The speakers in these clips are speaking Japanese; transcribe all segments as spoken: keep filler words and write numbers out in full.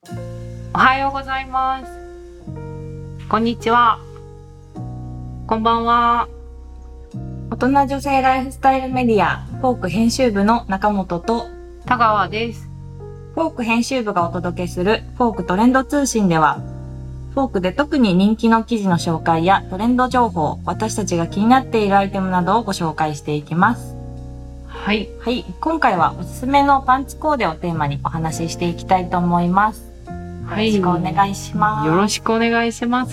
おはようございます。こんにちは。こんばんは。 大人女性ライフスタイルメディアフォーク編集部の中本と田川です。 フォーク編集部がお届けするフォークトレンド通信では、フォークで特に人気の記事の紹介やトレンド情報、私たちが気になっているアイテムなどをご紹介していきます。 はい。 はい、今回はおすすめのパンツコーデをテーマにお話ししていきたいと思います。 はい。 よろしくお願いします。 よろしくお願いします。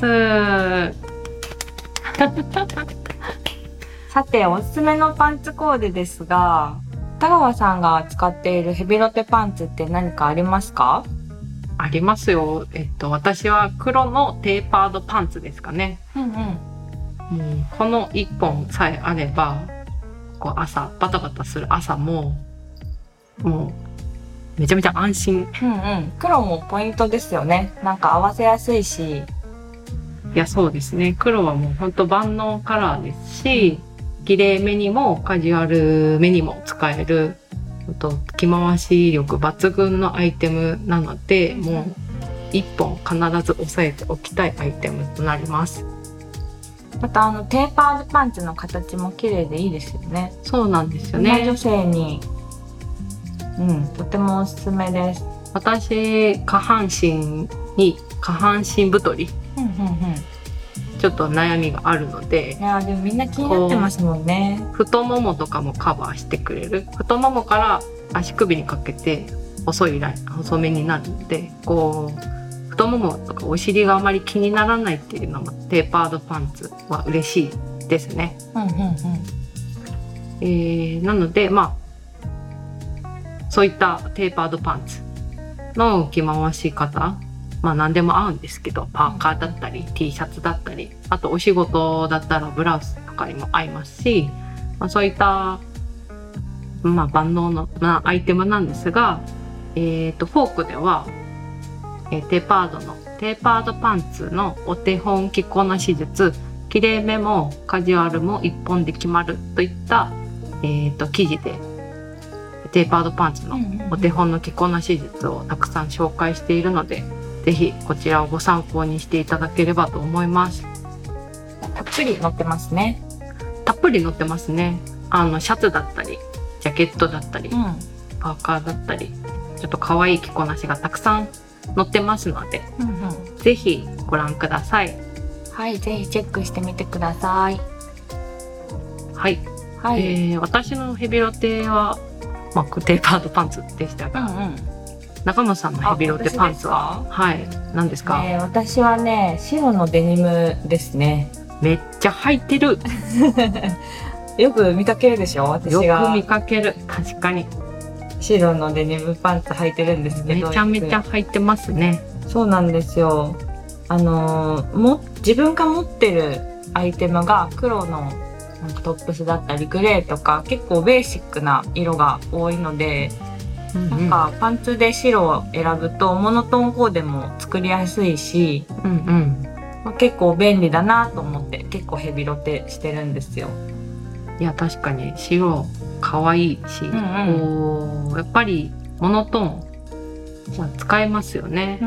さて、おすすめのパンツコーデですが、田川さんが使っているヘビロテパンツって何かありますか？ ありますよ。えっと、私は黒のテーパードパンツですかね。 うんうん。 もうこの一本さえあれば、こう朝バタバタする朝ももうめちゃめちゃ安心。 うんうん。黒もポイントですよね。なんか合わせやすいし。 いや、そうですね。黒はもう本当万能カラーですし、綺麗めにもカジュアルめにも使える、と着回し力抜群のアイテムなので、もう一本必ず押さえておきたいアイテムとなります。 またあのテーパードパンツの形も綺麗でいいですよね。 そうなんですよね。 女性に、うん、とてもおすすめです。 私下半身に下半身太り、 うんうんうん、 ちょっと悩みがあるので、 いやでもみんな気になってますもんね。 太ももとかもカバーしてくれる。太ももから足首にかけて細いライン、細めになるので、こう太ももとかお尻があまり気にならないっていうのもテーパードパンツは嬉しいですね。 うんうんうん。 えー、なのでまあそういったテーパードパンツの着回し方、まあ何でも合うんですけど、パーカーだったり T シャツだったり、あとお仕事だったらブラウスとかにも合いますし、まあ、そういったまあ万能なアイテムなんですが、えっとフォークでは、えー、テーパードのテーパードパンツのお手本着こなし術、きれいめもカジュアルも一本で決まるといった、えっと記事でテーパードパンツのお手本の着こなし術をたくさん紹介しているので、ぜひこちらをご参考にしていただければと思います。 たっぷり載ってますね。 たっぷり載ってますね。あのシャツだったりジャケットだったり、うん、パーカーだったり、ちょっと可愛い着こなしがたくさん載ってますので、うんうん、ぜひご覧ください。 はい、ぜひチェックしてみてください。 はい、はい。えー、私のヘビロテは、まあ、テーパードパンツでしたが、うんうん、中野さんのヘビロテパンツは、はい、何ですか？ えー、私はね、白のデニムですね。 めっちゃ履いてる。 よく見かけるでしょ？私がよく見かける。確かに白のデニムパンツ履いてるんですけど、 めちゃめちゃ履いてますね。 そうなんですよ。あのー、も自分が持ってるアイテムが黒のなんかトップスだったりグレーとか結構ベーシックな色が多いので、うんうん、なんかパンツで白を選ぶとモノトーンコーデも作りやすいし、うんうんまあ、結構便利だなと思って結構ヘビロテしてるんですよ。 いや確かに白可愛いし、うんうん、こうやっぱりモノトーン、まあ、使えますよね、うん、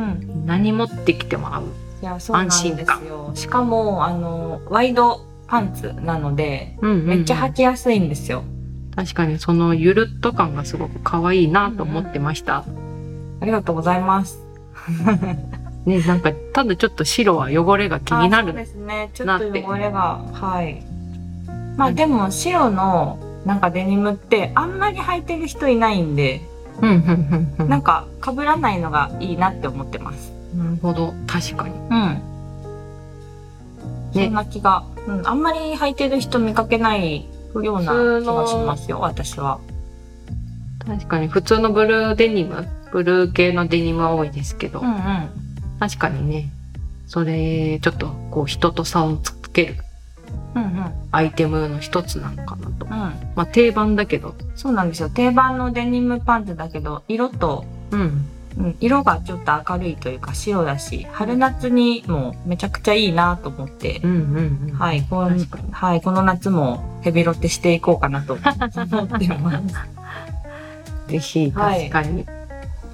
何持ってきても合う。 いやそうなんですよ。安心感。しかもあのワイドパンツなので、うんうんうん、めっちゃ履きやすいんですよ。 確かにそのゆるっと感がすごく可愛いなと思ってました、うんうん、ありがとうございますね、なんかただちょっと白は汚れが気になる。 そうですね、ちょっと汚れがはいまあでも白のなんかデニムってあんまり履いてる人いないんで、うんうんうんうん、なんか被らないのがいいなって思ってます。 なるほど、確かに。うん。 ね、そんな気が、うん、あんまり履いてる人見かけないような気がしますよ、私は。 確かに普通のブルーデニム、ブルー系のデニムは多いですけど、うんうん、確かにね、それちょっとこう人と差をつける。うんうん、アイテムの一つなのかなと、うん、まあ定番だけど。 そうなんですよ、定番のデニムパンツだけど色と、うんうん、色がちょっと明るいというか白だし、春夏にもめちゃくちゃいいなと思って、うんうんうん、はい、この、はい、この夏もヘビロテしていこうかなと思ってます。 ぜひ確かに、はい、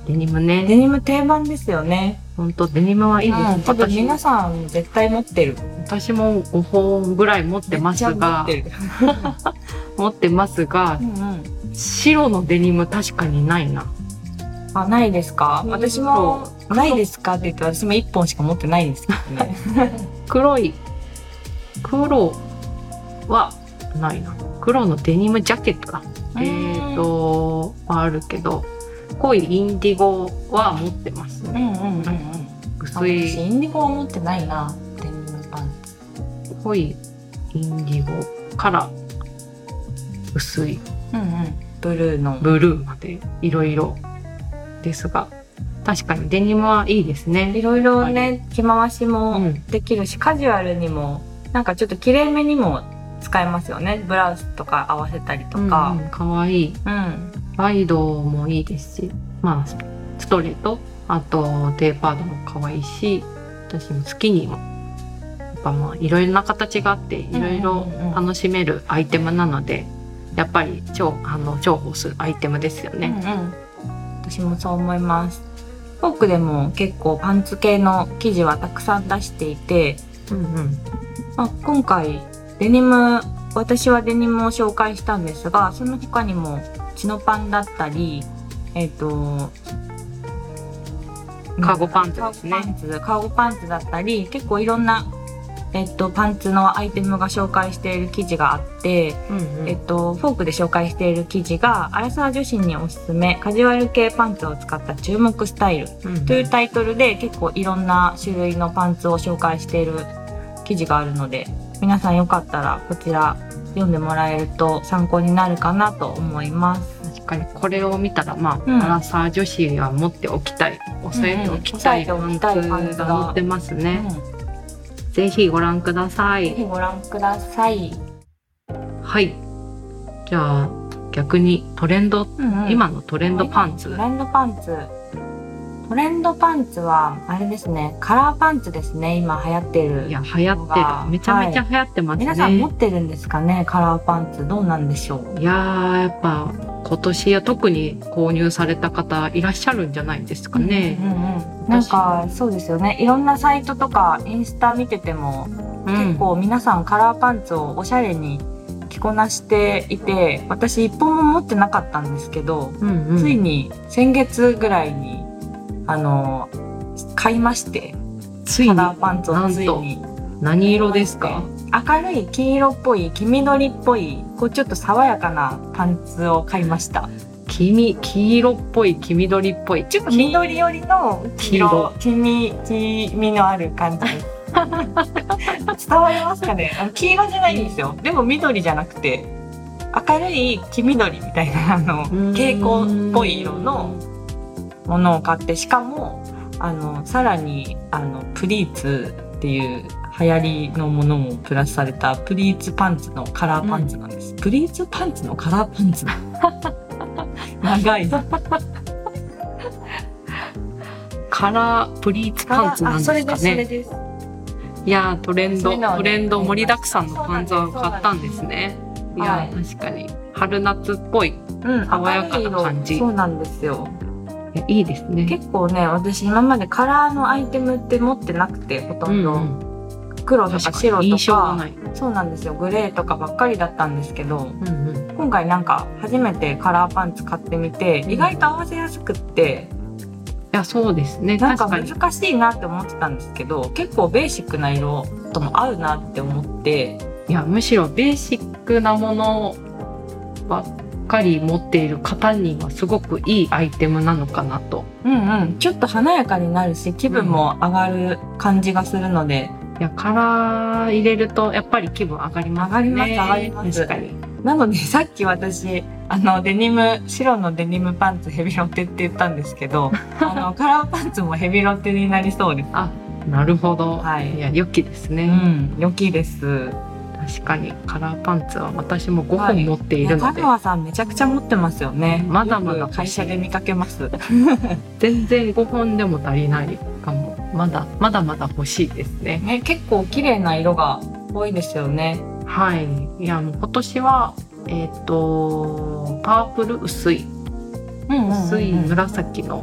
デニムね。 デニム定番ですよね。 本当デニムはいいです。 うん、多分皆さん絶対持ってる。 私もごほんぐらい持ってますが、 めっちゃ持ってる持ってますが、 うんうん、 白のデニム確かにないな。 あ、ないですか？私もないですかって言って私もいっぽんしか持ってないんですけどね。 黒い黒はないな。黒のデニムジャケットだ。えーとあるけど、濃いインディゴは持ってますね。 うんうんうんうん。 薄い。 私インディゴは持ってないな。デニムパンツ。 濃いインディゴから薄い、 うんうん、ブルーのブルーまでいろいろですが、確かにデニムはいいですね。 いろいろね、着回しもできるし、うん、カジュアルにもなんかちょっときれいめにも使えますよね。ブラウスとか合わせたりとか、 うんうん、かわいい、うん、ワイドもいいですし、まあストレート、あとテーパードもかわいいし、私もスキニーもやっぱまあいろいろな形があっていろいろ楽しめるアイテムなので、やっぱり超あの重宝するアイテムですよね。 うんうん、私もそう思います。フォークでも結構パンツ系の生地はたくさん出していて、うんうんまあ、今回デニム、私はデニムを紹介したんですが、その他にもチノパンだったり、えっとカーゴパンツですね。 カーゴパンツ、カーゴパンツだったり、結構いろんなえっと、パンツのアイテムが紹介している記事があって、うんうん、えっと、フォークで紹介している記事がアラサー女子におすすめカジュアル系パンツを使った注目スタイルというタイトルで結構いろんな種類のパンツを紹介している記事があるので、皆さんよかったらこちら読んでもらえると参考になるかなと思います。 確かにこれを見たら、まあうん、アラサー女子は持っておきたい、押さえておきたいパンツが載ってますね。うんぜひご覧ください。 ぜひご覧ください。 はい。じゃあ逆にトレンド、うんうん、今のトレンドパンツ。 トレンドパンツ。トレンドパンツはあれですね。カラーパンツですね。今流行ってる。 いや流行ってる。めちゃめちゃ流行ってますね。 はい、皆さん持ってるんですかね。カラーパンツどうなんでしょう。 いやーやっぱ今年は特に購入された方いらっしゃるんじゃないですかね。 うんうんうんなんかそうですよね。いろんなサイトとかインスタ見てても、うん、結構皆さんカラーパンツをおしゃれに着こなしていて、私一本も持ってなかったんですけど、うんうん、ついに先月ぐらいにあの買いまして、 ついにカラーパンツをついに。 何色ですか？ 明るい黄色っぽい黄緑っぽいこうちょっと爽やかなパンツを買いました。 黄み黄色っぽい黄緑っぽいちょっと緑寄りの黄色黄身黄身のある感じ伝わりますかね。あの黄色じゃないんですよ。でも緑じゃなくて明るい黄緑みたいなあの蛍光っぽい色のものを買って、しかもあのさらにあのプリーツっていう流行りのものもプラスされたプリーツパンツのカラーパンツなんです。うん、プリーツパンツのカラーパンツ長いカラープリーツパンツなんですかね。 それです、それです。 いやトレンド、ね、トレンド盛りだくさんのパンツを買ったんですね。いや、はい、確かに春夏っぽい爽やかな感じ、 うん、そうなんですよ。 いやいいですね。 結構ね私今までカラーのアイテムって持ってなくて、ほとんど、うん、黒とか白と か, かそうなんですよ、グレーとかばっかりだったんですけど、うんうん、今回なんか初めてカラーパンツ買ってみて、うん、意外と合わせやすくって、 いやそうですね、 なんか難しいなって思ってたんですけど、結構ベーシックな色とも合うなって思って、 いやむしろベーシックなものばっかり持っている方にはすごくいいアイテムなのかなと。 うんうん、ちょっと華やかになるし気分も上がる感じがするので、 うん、いやカラー入れるとやっぱり気分上がりますね。 上がります上がります。 確かに。 なのでさっき私あのデニム白のデニムパンツヘビロテって言ったんですけどあのカラーパンツもヘビロテになりそうです。 あ、なるほど、はい、いや良きですね。 うん良きです。 確かにカラーパンツは私もごほん持っているので、はい、 香川さんめちゃくちゃ持ってますよね。 まだまだ会社で見かけます全然ごほんでも足りないかも。まだまだまだ欲しいですね。 ね、結構綺麗な色が多いですよね。 はい、いやもう今年はえっとパープル薄い、うんうんうんうん、薄い紫の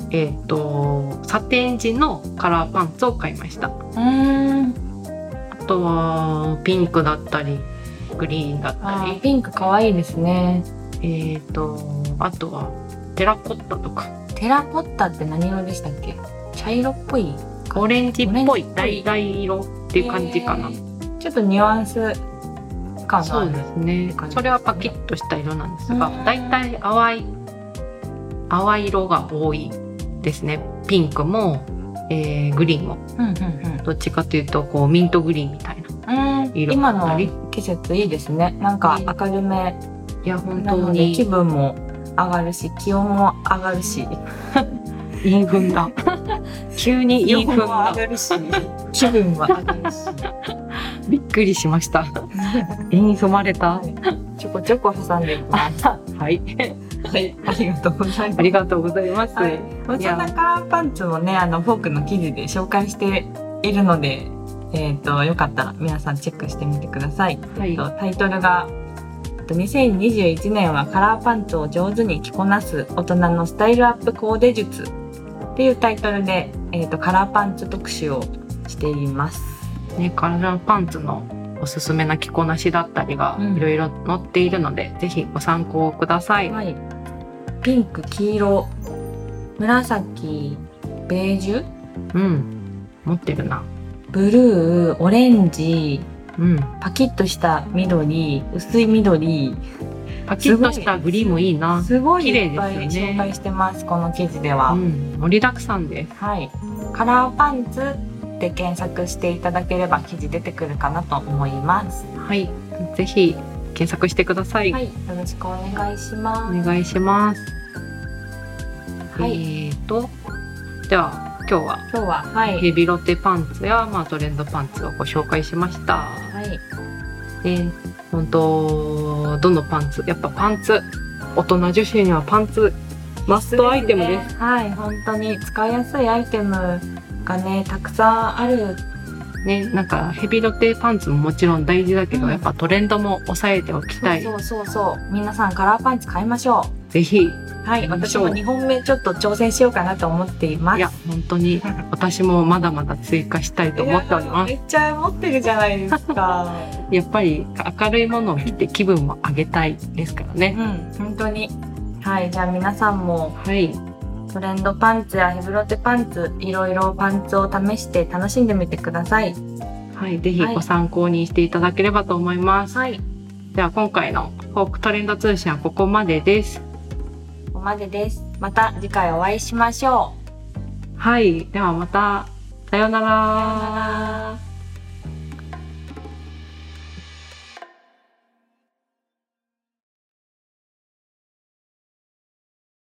えっ、とサテン地のカラーパンツを買いました。 うーん。 あとはピンクだったりグリーンだったり、 ピンク可愛いですね。 えっ、とあとはテラコッタとか。 テラコッタって何色でしたっけ？茶色っぽい。 オレンジっぽいオレンジっぽい橙色っていう感じかな。 ちょっとニュアンス感がある。 そうですね。それはパキッとした色なんですが、 うんだいたい淡い淡い色が多いですね。ピンクも、えー、グリーンも、 うんうんどっちかというとこうミントグリーンみたいなうん。うん、 色今だったり。 の季節いいですね。なんか明るめいや本な当にので気分も上がるし、気温も上がるし、 言い分だ。急に言い分気温もだ上。がるし、気分も上がるし。 びっくりしました。絵に染まれた。 ちょこちょこ挟んでいきます。ははい。 い、ありがとうございます。 ありがとうございます。 はい、そんなカラーパンツもね、あのフォークの記事で紹介しているので、えっ、とよかったら皆さんチェックしてみてください。 はいえっとタイトルがにせんにじゅういちねんはカラーパンツを上手に着こなす大人のスタイルアップコーデ術っていうタイトルで、えっとカラーパンツ特集をしています。 ね、カラーパンツのおすすめな着こなしだったりがうんいろいろ載っているので、ぜひご参考ください。 はい、ピンク、黄色、紫、ベージュ、 うん、持ってるな。 ブルー、オレンジ、 うん、 パキッとした緑、薄い緑、 パキッとしたグリーンもいいな。 すごい綺麗いっぱいですよね紹介してます、この記事では。 うん、盛りだくさんです。 はい。カラーパンツって検索していただければ記事出てくるかなと思います。 はい、ぜひ検索してください。 はい、よろしくお願いします。 お願いします。 はい、 えーと、では今日は今日は、はい。 ヘビロテパンツや、まあ、トレンドパンツをご紹介しました。 はい。 で、本当どのパンツ、やっぱパンツ、大人女子にはパンツマストアイテムです。 はい、本当に使いやすいアイテムがね、たくさんある。 ね、なんかヘビロテパンツももちろん大事だけど、 うんやっぱトレンドも抑えておきたい。 そうそうそうそう。皆さんカラーパンツ買いましょぜひ。 う。はい、私もにほんめちょっと挑戦しようかなと思っています。 いや、本当に私もまだまだ追加したいと思っておりますめ。っちゃ持ってるじゃないですか。 やっぱり明るいものを着て気分も上げたいですからね。 うん、本当に。はい、じゃあ皆さんもはい。 トレンドパンツやヘブロテパンツ、いろいろパンツを試して楽しんでみてください。 はい。ぜひご参考にしていただければと思います。 はい、 では今回のフォークトレンド通信はここまでです。 ここまでです。また次回お会いしましょう。 はい。ではまた。さようなら。 さようなら。